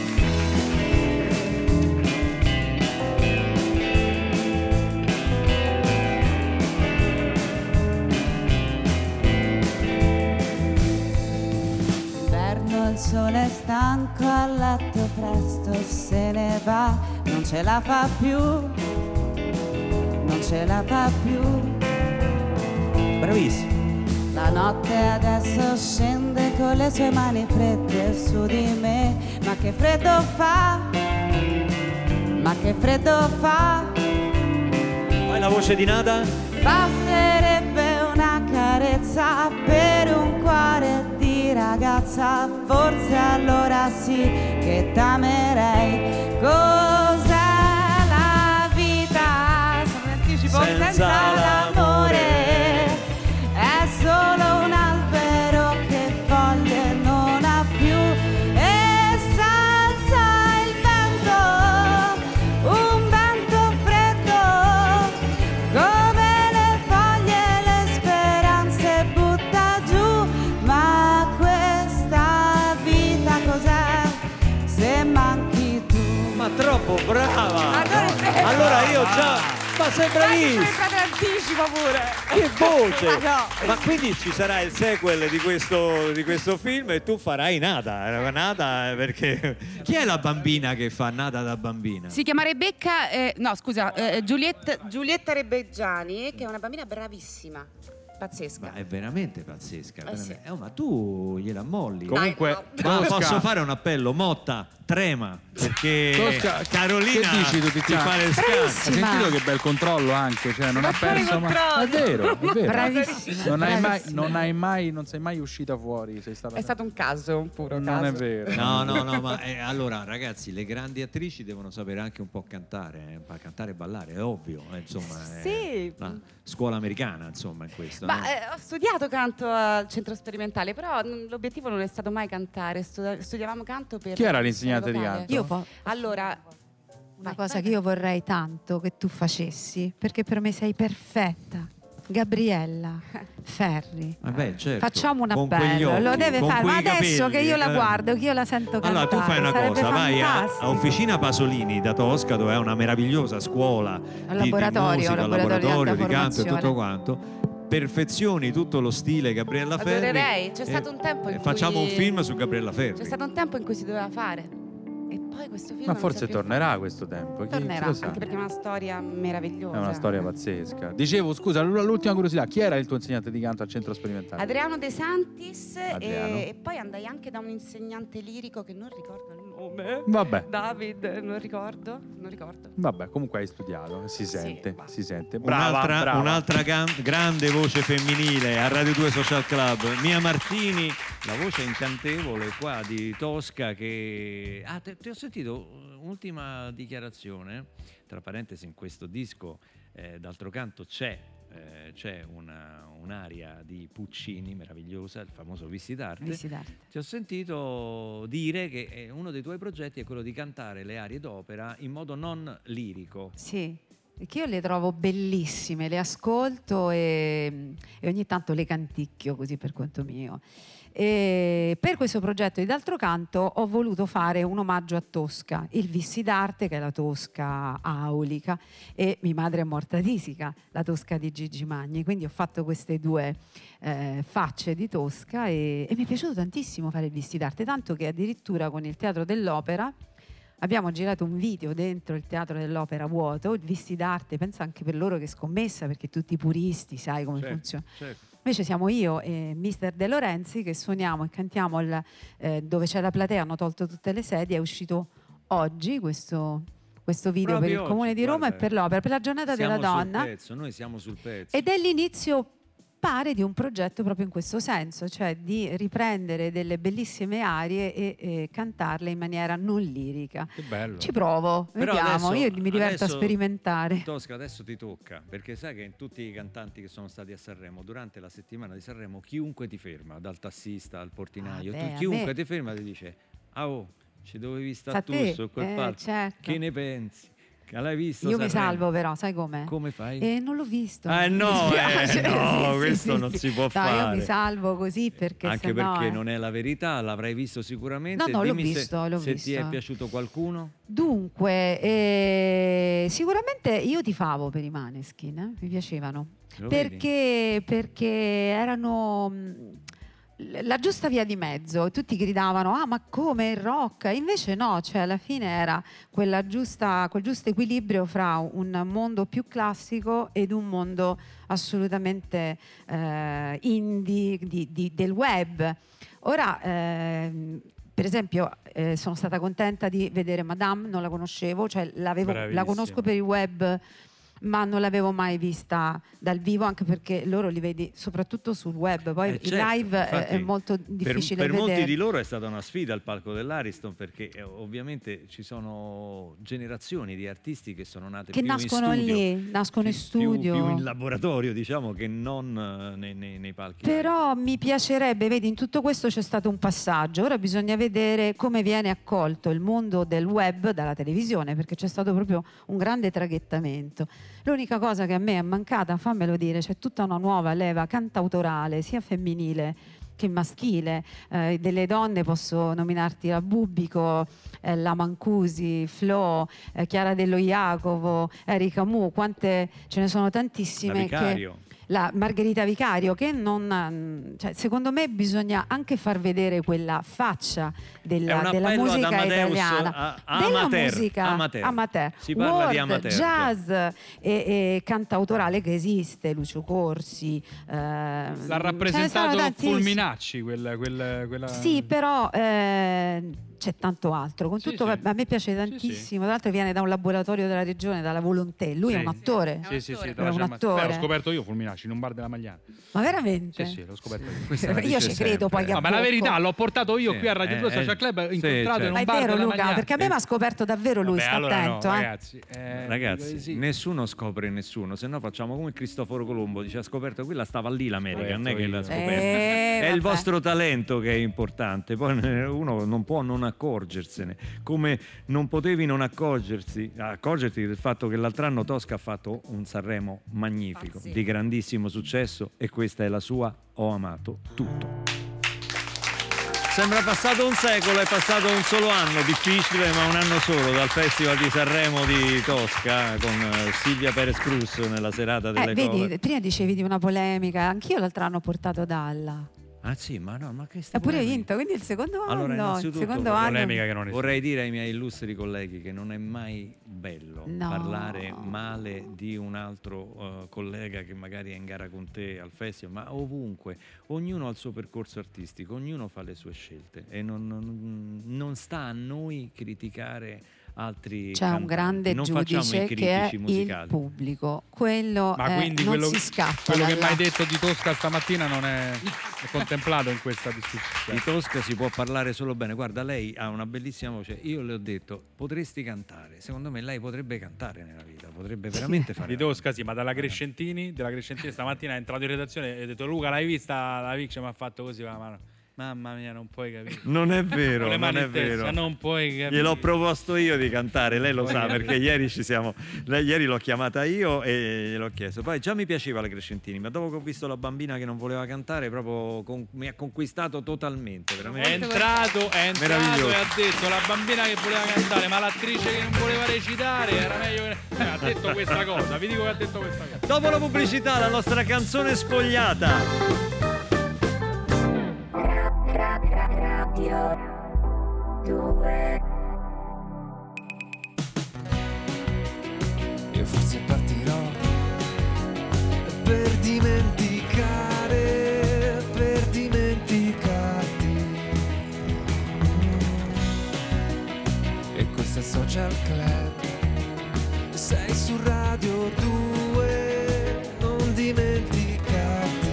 Inverno, il sole è stanco, a letto presto se ne va, non ce la fa più, non ce la fa più. Bravissimo. La notte adesso scende con le sue mani fredde su di me, ma che freddo fa, ma che freddo fa. Fai la voce di Nada? Basterebbe una carezza per un cuore di ragazza, forse allora sì che t'amerei. Cos'è la vita? Sono in anticipo Senza senza l'amore. È solo un albero che foglie non ha più e s'alza il vento, un vento freddo, come le foglie le speranze butta giù. Ma questa vita cos'è se manchi tu? Ma troppo brava! Allora è vero. Allora io già... Ma sei bravissimo! entrate in anticipo pure. Che voce! Ma no. Ma quindi ci sarà il sequel di questo, di questo film e tu farai Nada. Nada perché... Chi è la bambina che fa Nada da bambina? Si chiama Rebecca, eh, no scusa, eh, Giulietta, Giulietta Rebeggiani, che è una bambina bravissima, pazzesca. Ma è veramente pazzesca. Eh veramente. sì. Eh, ma tu gliela molli. Comunque, Ma Tosca- posso fare un appello? Motta, trema, perché Tosca, Carolina che dici tu, ti Tiziana? fa le Hai scarpe. sentito che bel controllo anche, cioè non ha perso mai. È vero, è vero. Bravissima, Non hai mai, bravissima. non hai mai, non sei mai uscita fuori, sei stata È stato un caso, un puro Non caso. è vero. No, no, no, ma eh, allora ragazzi, le grandi attrici devono sapere anche un po' cantare, eh, pa- cantare e ballare, è ovvio, eh, insomma, è Sì. la scuola americana, insomma, in questo. Ma no? eh, ho studiato canto al centro sperimentale, però mm, l'obiettivo non è stato mai cantare, studi- studiavamo canto per... Chi era l'insegnante di vocale. canto? Io po- Allora, Una cosa che io vorrei tanto che tu facessi, perché per me sei perfetta. Gabriella Ferri. Vabbè, certo. Facciamo un Con quegli appello, occhi, lo deve con fare. Ma quei adesso capelli, che io la eh. guardo, che io la sento cantare. Allora tu fai una sarebbe cosa, vai a, fantastico. a Officina Pasolini da Tosca, dove è una meravigliosa scuola di, di laboratorio, musica, laboratorio di laboratorio alta di canto e tutto formazione. quanto. Perfezioni tutto lo stile Gabriella Ferri. Adorerei, c'è e- stato un tempo in e cui facciamo un film su Gabriella Ferri. C'è stato un tempo in cui si doveva fare. E poi questo film Ma non forse si è più tornerà fatto. questo tempo. Chi, Tornerà, chi lo sa? anche perché è una storia meravigliosa. È una storia pazzesca. Dicevo, scusa, l- l'ultima curiosità, chi era il tuo insegnante di canto al centro sperimentale? Adriano De Santis Adriano. e, e poi andai anche da un insegnante lirico che non ricordo il nome. Vabbè. David, non ricordo, non ricordo. Vabbè, comunque hai studiato, si sente, si sente. Brava, un'altra, brava. un'altra gan- grande voce femminile a Radio due Social Club, Mia Martini, la voce incantevole qua di Tosca che... Ah, te- ti ho sentito un'ultima dichiarazione, tra parentesi in questo disco, eh, d'altro canto c'è, eh, c'è una, un'aria di Puccini meravigliosa, il famoso Visti d'arte. Visti d'arte. Ti ho sentito dire che eh, uno dei tuoi progetti è quello di cantare le arie d'opera in modo non lirico. Sì, perché io le trovo bellissime, le ascolto e, e ogni tanto le canticchio così per conto mio. E per questo progetto di D'altro canto ho voluto fare un omaggio a Tosca, il Visti d'arte, che è la Tosca aulica, e mia madre è morta tisica, la Tosca di Gigi Magni, quindi ho fatto queste due eh, facce di Tosca e, e mi è piaciuto tantissimo fare il Visti d'arte, tanto che addirittura con il Teatro dell'Opera abbiamo girato un video dentro il Teatro dell'Opera vuoto, il Visti d'arte, pensa anche per loro che scommessa, perché tutti i puristi, sai come Certo, funziona. certo. Invece siamo io e mister De Lorenzi che suoniamo e cantiamo il, eh, dove c'è la platea, hanno tolto tutte le sedie, è uscito oggi questo, questo video Proprio per il oggi, Comune di Roma guarda, e per l'Opera, per la giornata Siamo della donna. sul pezzo, noi siamo sul pezzo. Ed è l'inizio, pare, di un progetto proprio in questo senso, cioè di riprendere delle bellissime arie e, e cantarle in maniera non lirica. Che bello. Ci provo, Però vediamo, adesso- io mi diverto a adesso, sperimentare. Tosca, adesso ti tocca, perché sai che in tutti i cantanti che sono stati a Sanremo, durante la settimana di Sanremo, chiunque ti ferma, dal tassista al portinaio, Ah, tu- beh, a chiunque me- ti ferma ti dice "Ah, oh, ci dovevi Sa stare tu te, su quel eh, palco, certo. che ne pensi? Che l'hai visto Io mi Sanremo?" salvo però, sai come? Come fai? E non l'ho visto. Ah, mi no, dispiace. eh, no, Sì, sì, questo sì, non sì. si può No, fare. io mi salvo così perché Anche sennò, perché eh. non è la verità, l'avrai visto sicuramente. No, no, l'ho Dimmi se- visto, l'ho se ti è visto. piaciuto qualcuno. Dunque, eh, sicuramente io tifavo per i Maneskin, eh, mi piacevano. Lo Perché, perché erano mh, la giusta via di mezzo, tutti gridavano ah ma come il rock, invece no, cioè alla fine era quella giusta, quel giusto equilibrio fra un mondo più classico ed un mondo assolutamente eh, indie di- di- del web. Ora ehm, per esempio eh, sono stata contenta di vedere Madame, non la conoscevo, cioè l'avevo- la Bravissima. conosco per il web ma non l'avevo mai vista dal vivo, anche perché loro li vedi soprattutto sul web, poi Eh, il certo, live è- infatti, è molto per, difficile per vedere. molti di loro è stata una sfida al palco dell'Ariston, perché eh, ovviamente ci sono generazioni di artisti che sono nate che più nascono in studio, lì, nascono in più, studio. più in laboratorio, diciamo, che non eh, nei, nei- nei palchi. Però mi piacerebbe, vedi, in tutto questo c'è stato un passaggio, ora bisogna vedere come viene accolto il mondo del web dalla televisione, perché c'è stato proprio un grande traghettamento. L'unica cosa che a me è mancata, fammelo dire, c'è tutta una nuova leva cantautorale, sia femminile che maschile. Eh, delle donne posso nominarti la Bubbico, eh, la Mancusi, Flo, eh, Chiara Dello Iacovo, Erika Mu, quante ce ne sono tantissime. La Vicario. Che la Margherita Vicario, che non, cioè, secondo me bisogna anche far vedere quella faccia È della, un della appello ad musica Amadeus, italiana, a- a della amateur, musica amateur. amateur, Si parla world, di amateur. jazz e, e cantautorale che esiste, Lucio Corsi. eh, L'ha ce ne sono rappresentato tantissimi. Fulminacci, quella, quella, quella... Sì, però eh, c'è tanto altro. Con Sì, tutto, sì. a me piace tantissimo. Tra l'altro viene da un laboratorio della regione, dalla Volonté. Lui è Sì. un attore. Sì, sì, sì, È dalla un Gemma- attore. Beh, l'ho scoperto io Fulminacci in un bar della Magliana. Ma veramente? Sì, sì, l'ho scoperto io. Questa la Io dice ci credo sempre. poi che No, ma la abbocco. verità, l'ho portato io Sì, qui a Radio eh, due Social eh, Club, ho sì, incontrato certo. in Ma un è bar vero della Luca, Magliana. perché a me mi ha scoperto davvero lui, Vabbè, sta allora no, attento. eh. ragazzi. eh, Ragazzi, sì. nessuno scopre nessuno, se no facciamo come Cristoforo Colombo, dice ha scoperto quella, stava lì l'America, non è che l'ha scoperta. Eh, È il vabbè. vostro talento che è importante, poi uno non può non accorgersene, come non potevi non accorgersi, accorgerti del fatto che l'altro anno Tosca ha fatto un Sanremo magnifico, Pazzesco. di grandissimo successo, e questa è la sua Ho amato tutto. Sembra passato un secolo, è passato un solo anno, difficile ma un anno solo, dal Festival di Sanremo di Tosca con eh, Silvia Perez Cruz nella serata delle Eh, vedi, cover. prima dicevi di una polemica, anch'io l'altro anno ho portato Dalla. Ah sì, ma no, ma che Ha stai pure vinto, quindi il secondo anno, Allora, il innanzitutto, secondo anno polemica che non esiste. vorrei dire ai miei illustri colleghi che non è mai bello No. parlare male di un altro eh, collega che magari è in gara con te al festival, ma ovunque. Ognuno ha il suo percorso artistico, ognuno fa le sue scelte e non, non- non sta a noi criticare altri c'è un cantanti. grande Non facciamo giudice i che è critici il musicali. pubblico, quello Ma è- quindi non quello, si scappa quello che da mi hai là. detto di Tosca stamattina non è, è contemplato in questa discussione. Di Tosca si può parlare solo bene. Guarda, lei ha una bellissima voce. Io le ho detto, potresti cantare. Secondo me lei potrebbe cantare nella vita, potrebbe veramente fare. Di Tosca sì, ma dalla Crescentini, della Crescentini stamattina è entrato in redazione e ha detto Luca, l'hai vista la Vic? Mi ha fatto così con la mano. Mamma mia, non puoi capire. Non è vero, Con le non mani è in testa, vero. non puoi capire. Gliel'ho proposto io di cantare, lei lo sa perché ieri ci siamo. Lei, ieri l'ho chiamata io e gliel'ho chiesto. Poi già mi piaceva la Crescentini, ma dopo che ho visto la bambina che non voleva cantare, proprio con- mi ha conquistato totalmente. Veramente. È entrato, è entrato Meraviglioso. e ha detto la bambina che voleva cantare, ma l'attrice che non voleva recitare era meglio che... Eh, ha detto questa cosa, vi dico che ha detto questa cosa. Dopo la pubblicità, la nostra canzone spogliata. Io forse partirò per dimenticare, per dimenticarti. E questo è Social Club, sei su Radio due, non dimenticarti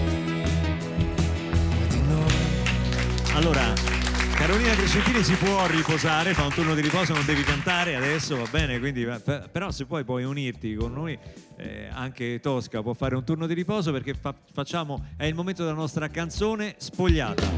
di noi. Allora, Carolina Crescentini si può riposare, fa un turno di riposo, non devi cantare adesso, va bene, quindi, per- però se poi puoi unirti con noi, eh, anche Tosca può fare un turno di riposo perché fa- facciamo, è il momento della nostra canzone spogliata.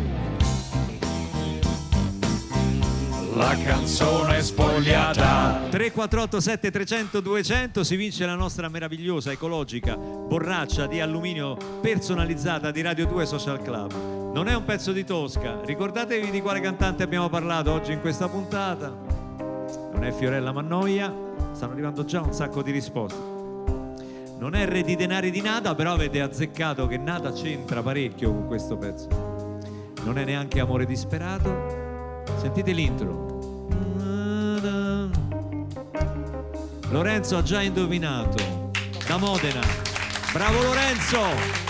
La canzone spogliata. tre quattro otto sette trecento duecento si vince la nostra meravigliosa, ecologica borraccia di alluminio personalizzata di Radio due Social Club. Non è un pezzo di Tosca, ricordatevi di quale cantante abbiamo parlato oggi in questa puntata. Non è Fiorella Mannoia, stanno arrivando già un sacco di risposte. Non è Re di denari di Nada, però avete azzeccato che Nada c'entra parecchio con questo pezzo. Non è neanche Amore disperato. Sentite l'intro. Lorenzo ha già indovinato, da Modena. Bravo Lorenzo!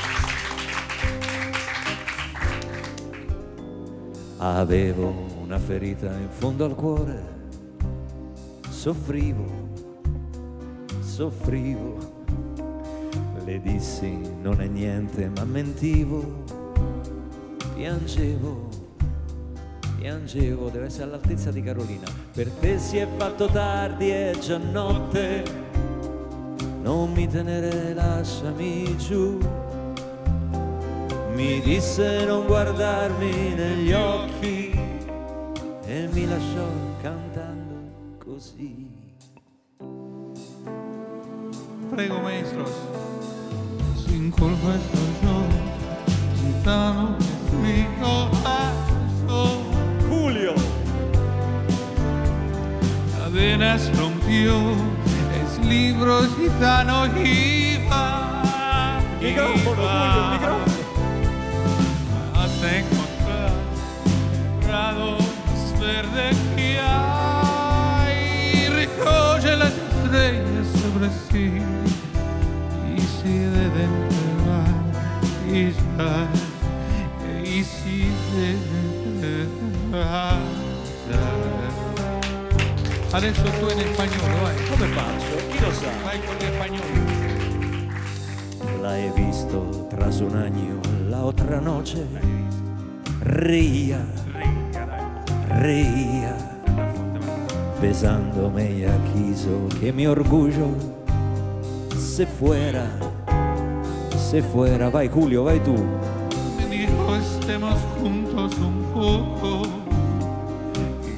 Avevo una ferita in fondo al cuore, soffrivo, soffrivo. Le dissi non è niente ma mentivo, piangevo, piangevo. Deve essere all'altezza di Carolina. Per te si è fatto tardi, è già notte, non mi tenere, lasciami giù. Mi disse non guardarmi negli occhi e mi lasciò cantando così. Prego maestros, sin culpa estoy yo, gitano mi corazón. Julio. Cadenas rompió, es libro gitano iba, Micrófono, iba. Julio, micrófono. Hasta encontrar prados verdes que hay, recoge las estrellas sobre sí y si de dentro va y ya, y si de dentro va ya. Adesso tu in spagnolo, vai. Come faccio? Chi lo sa? Vai con l'espagnolo. La he visto tras un año la otra noche, reía, reía, besándome ella quiso que mi orgullo se fuera, se fuera. Vai Julio, vai tú. Me dijo estemos juntos un poco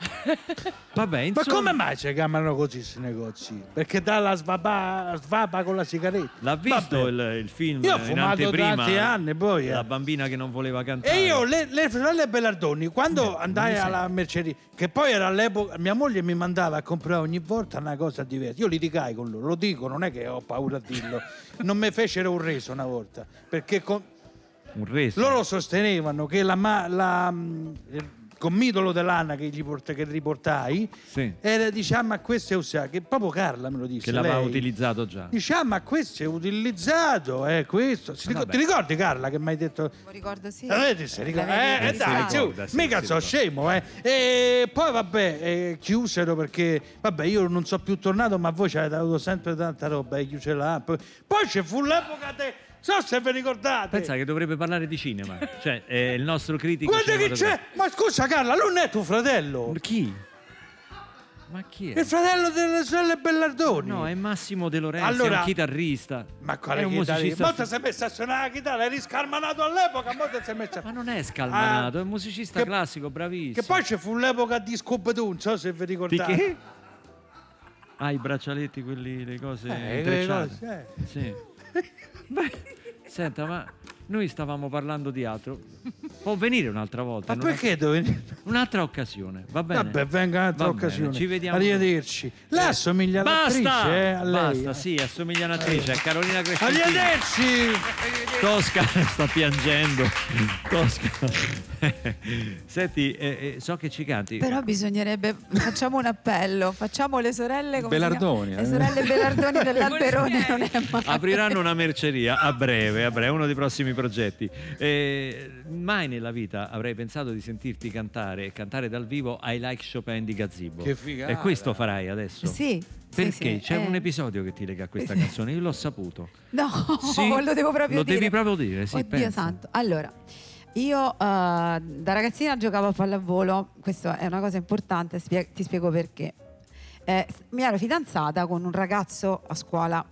Vabbè, Ma insomma, come mai si chiamano così questi negozi? Perché dà la svapa, svapa con la sigaretta. l'ha visto Vabbè. il, il film Io ho in fumato anteprima, tanti anni, poi, eh. la bambina che non voleva cantare. E io, le, le sorelle Bellardoni, quando Eh, andai non mi alla merceria, che poi era all'epoca, mia moglie mi mandava a comprare ogni volta una cosa diversa. Io litigai con loro, lo dico, non è che ho paura a dirlo. Non mi fecero un reso una volta, perché con- un reso. loro sostenevano che la, ma- la, mh, il gomitolo dell'Anna che, gli porta- che riportai Sì. era, diciamo, a questo è usato, che proprio Carla me lo disse. Che l'aveva lei. utilizzato già. Diciamo, a questo è utilizzato, eh, questo. Si ricor- vabbè. ti ricordi Carla che mi hai detto? Lo ricordo, sì. Eh, vedi, si ricorda. L'avevi Eh, eh, utilizzato. dai, Si su, ricorda, sì, mica si so ricorda. scemo, eh. E poi vabbè, eh, chiusero perché, vabbè, io non sono più tornato, ma voi ci avete avuto sempre tanta roba, e chiuse là. Poi, poi ci fu l'epoca de... so se vi ricordate. Pensa che dovrebbe parlare di cinema. Cioè, è il nostro critico. Guarda che c'è! cinematografico. Ma scusa Carla, lui non è tuo fratello? Chi? Ma chi è? Il fratello delle sorelle Bellardoni. No, è Massimo De Lorenzi, Allora- è un chitarrista. Ma È quale un chitarra? musicista. Molto si è messo a suonare la chitarra, eri scalmanato all'epoca, molto si è messo a... Ma non è scalmanato, Ah, è un musicista che- classico, bravissimo. Che poi ci fu l'epoca di Scooby-Doo, non so se vi Di ricordate. che? Ah, i braccialetti, quelli, le cose Eh, intrecciate. quelle Sì. Beh, senta, ma noi stavamo parlando di altro. Può venire un'altra volta? Ma in una- perché devo venire? Un'altra occasione, va bene? Vabbè, venga un'altra Va bene, occasione. ci vediamo. Arrivederci. Lei assomiglia all'attrice, Basta! eh, a lei. Basta, sì, assomiglia a un'attrice, a Carolina Crescentini. Arrivederci! Tosca sta piangendo. Tosca. Senti, eh, eh, so che ci canti. Però bisognerebbe, facciamo un appello, facciamo le sorelle come si Bellardoni, chiama? Le eh. sorelle Bellardoni dell'Alberone non è male. Apriranno una merceria a breve, a breve, uno dei prossimi progetti. Eh, mai nella vita avrei pensato di sentirti cantare e cantare dal vivo I Like Chopin di Gazzibo. Che figata. E questo farai adesso? Sì. Perché? sì, sì, C'è eh. un episodio che ti lega a questa canzone, io l'ho saputo. No, Sì, lo devo proprio lo dire. devi proprio dire, sì, Oddio pensa. santo. Allora, io eh, da ragazzina giocavo a pallavolo, questa è una cosa importante, spie- ti spiego perché. Eh, mi ero fidanzata con un ragazzo a scuola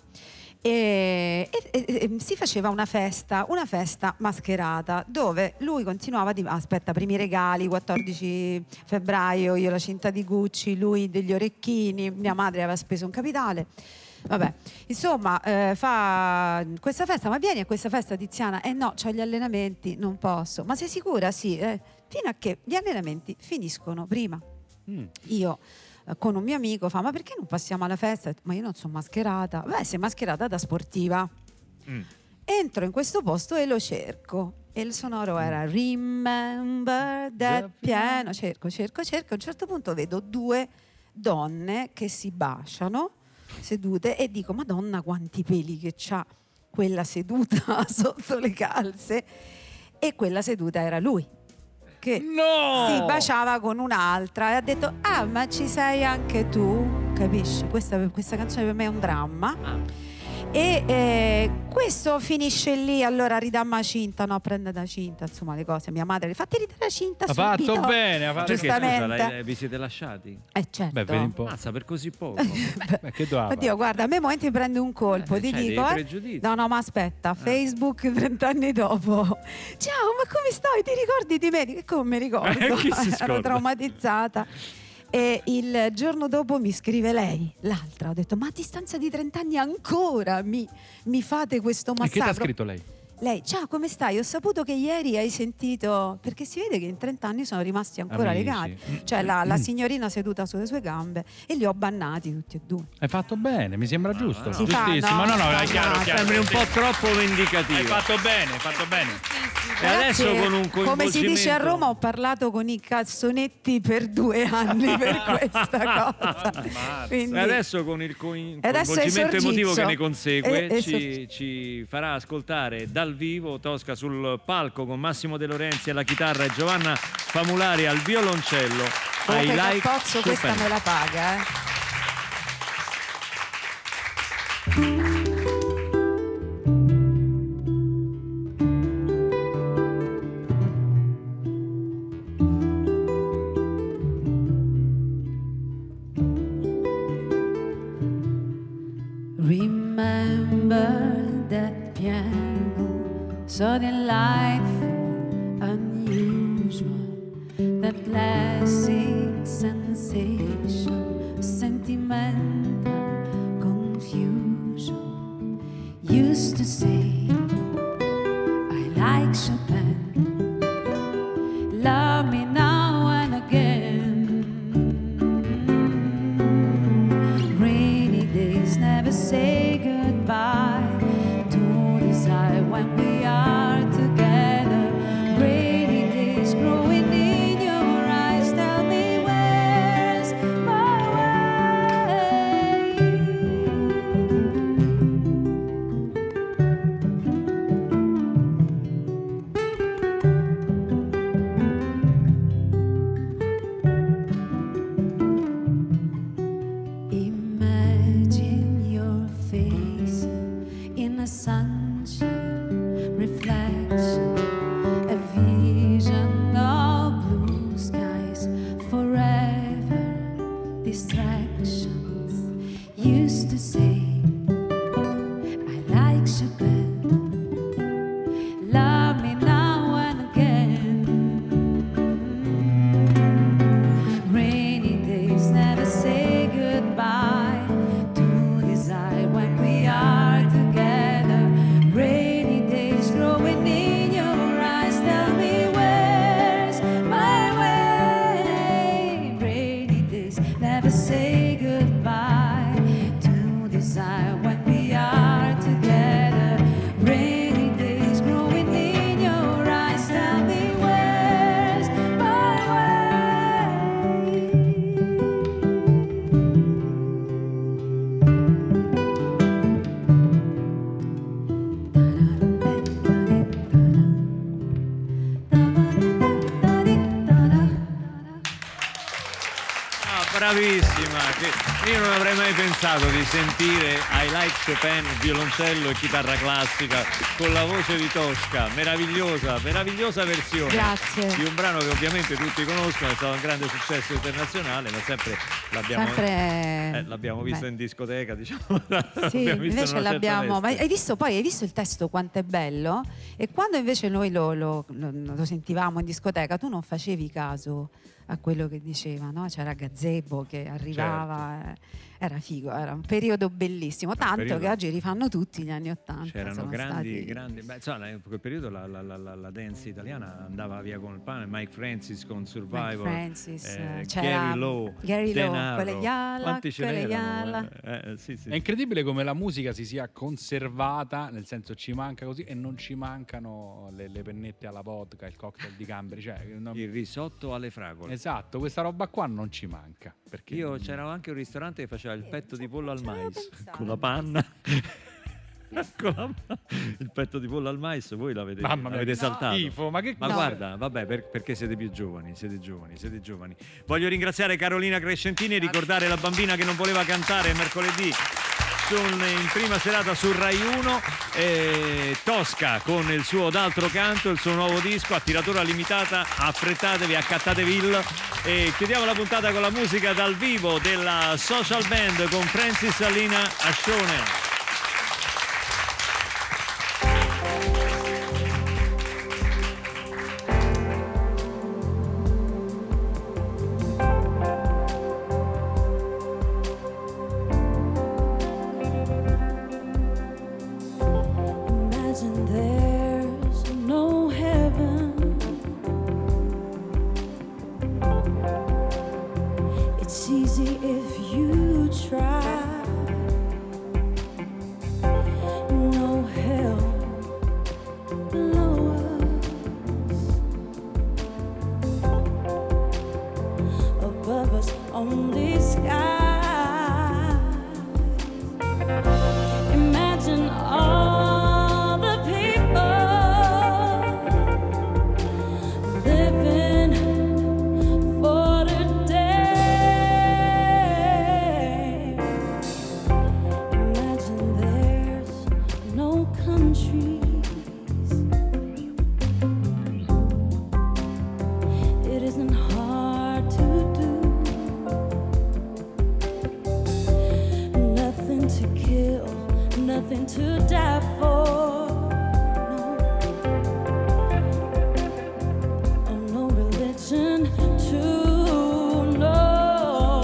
e, e- e- e si faceva una festa, una festa mascherata dove lui continuava di aspetta, primi regali, quattordici febbraio, io la cinta di Gucci, lui degli orecchini, mia madre aveva speso un capitale. Vabbè, insomma, eh, fa questa festa, ma vieni a questa festa, Tiziana? Eh no, c'ho gli allenamenti, non posso. Ma sei sicura? Sì, eh, fino a che gli allenamenti finiscono prima. Io eh, con un mio amico fa, ma perché non passiamo alla festa? Ma io non sono mascherata. Beh, sei mascherata da sportiva. Entro in questo posto e lo cerco. E il sonoro era Remember that piano. Cerco, cerco, cerco. A un certo punto vedo due donne che si baciano sedute e dico, Madonna quanti peli che c'ha quella seduta sotto le calze. E quella seduta era lui, che No! si baciava con un'altra e ha detto, ah, ma ci sei anche tu? Capisci? Questa, questa canzone per me è un dramma. E eh, questo finisce lì, allora ridamma la cinta, no, prende la cinta, insomma le cose. Mia madre le fa, ti ridare la cinta Ha fatto subito. bene, ha fatto- Perché, scusa, Giustamente. lei- vi siete lasciati? Eh certo. Beh, vedi un po'. Mazza, per così poco. Beh, che doveva Oddio, guarda, a me momenti mi prende un colpo, Eh, ti c'hai dico, dei eh. pregiudizi. No, no, ma aspetta, Facebook trent'anni dopo. Ciao, ma come stai? Ti ricordi di me? Che come mi ricordo? Eh, chi si Ero scorda? traumatizzata. E il giorno dopo mi scrive lei, l'altra, ho detto, ma a distanza di trent'anni ancora mi, mi fate questo E che ti massacro? ha scritto lei? Lei, ciao, come stai? Ho saputo che ieri hai sentito, perché si vede che in trent'anni sono rimasti ancora Amici. legati. Cioè la, la signorina seduta sulle sue gambe e li ho bannati tutti e due. Hai fatto bene, mi sembra giusto. Si fa, Giustissimo. no? No, no, è No, chiaro, no, chiaro. Sembri un po' troppo vendicativo. Hai fatto bene, hai fatto bene. E adesso Ragazzi, con un come si dice a coinvolgimento- Roma, ho parlato con i calzonetti per due anni per questa cosa. Quindi- E adesso con il coin- E adesso coinvolgimento esorgizzo. emotivo che ne consegue E- ci, esorgizzo. ci farà ascoltare dal vivo Tosca sul palco con Massimo De Lorenzi alla chitarra e Giovanna Famulari al violoncello. I Comunque like Cappozzo questa Chopin. me la paga, eh. Remember that piano, so delightful, unusual, that classics and devastation, sentimental confusion. Used to say I like Chopin, love me now and again. Rainy days never say goodbye to desire when we are together. Rainy days growing in your eyes, tell me where's my way. Imagine your face in a sunshine reflection, a vision of blue skies, forever distractions. Used to say I like Chopin, love me now and again. Rainy days never say goodbye to desire when we are together. Rainy days growing in your eyes, tell me where's my way. Rainy days never say goodbye to desire when we are together. Rainy days growing in your eyes, tell me where's my way. Ah, bravissima, che io non avrei mai pensato di sentire I Like Chopin, violoncello e chitarra classica con la voce di Tosca, meravigliosa, meravigliosa versione Grazie. di un brano che ovviamente tutti conoscono, è stato un grande successo internazionale, ma sempre l'abbiamo, Sempre- eh, l'abbiamo visto beh. in discoteca, diciamo. Sì, L'abbiamo visto in invece una certa l'abbiamo. Ma veste. hai visto poi hai visto il testo quanto è bello? E quando invece noi lo, lo- lo- lo sentivamo in discoteca, tu non facevi caso a quello che diceva, no? C'era Gazebo che arrivava, eh, era figo, era un periodo bellissimo. Tanto periodo- che oggi rifanno tutti gli anni Ottanta. C'erano sono grandi, stati- grandi. Beh, insomma, in quel periodo la, la- la- la- la dance italiana andava via con il pane. Mike Francis con Survivor, Mike Francis, eh, c'era Gary Lowe, Gary Lowe, Denaro. quelle Yala, Quanti ce quelle n'erano? Yala. Eh, eh, sì, sì. È incredibile come la musica si sia conservata, nel senso ci manca così e non ci mancano le, le pennette alla vodka, il cocktail di gamberi, cioè, non- Il risotto alle fragole. Esatto, questa roba qua non ci manca. Perché Io c'era anche un ristorante che faceva il petto di pollo al mais con la panna. Con la pa- il petto di pollo al mais, voi l'avete, Mamma mia, l'avete che saltato. schifo, ma che Ma cos'è? guarda, vabbè, per- perché siete più giovani, siete giovani, siete giovani. Voglio ringraziare Carolina Crescentini e ricordare la bambina che non voleva cantare mercoledì sul- in prima serata su Rai uno, eh, Tosca con il suo D'altro canto, il suo nuovo disco a tiratura limitata. Affrettatevi, accattatevi e chiudiamo la puntata con la musica dal vivo della Social Band con Francis Alina Ascione. Imagine there's no heaven. It's easy if you try. No hell below us. Above us, only sky. Imagine all the people living for today. Imagine there's no countries. It isn't hard to do. Nothing to kill, nothing to die for. No. Oh, no religion to know.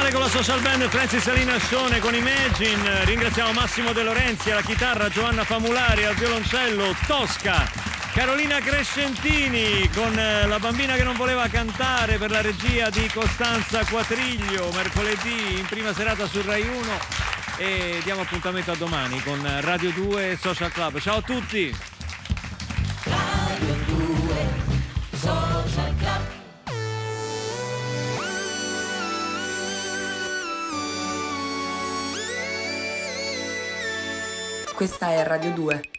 Natale con la social band Francis Salina Scione con Imagine. Ringraziamo Massimo De Lorenzi alla chitarra, Giovanna Famulari al violoncello, Tosca, Carolina Crescentini con la bambina che non voleva cantare per la regia di Costanza Quatriglio, mercoledì in prima serata su Rai uno, e diamo appuntamento a domani con Radio due Social Club. Ciao a tutti. Radio due Social Club. Questa è Radio due.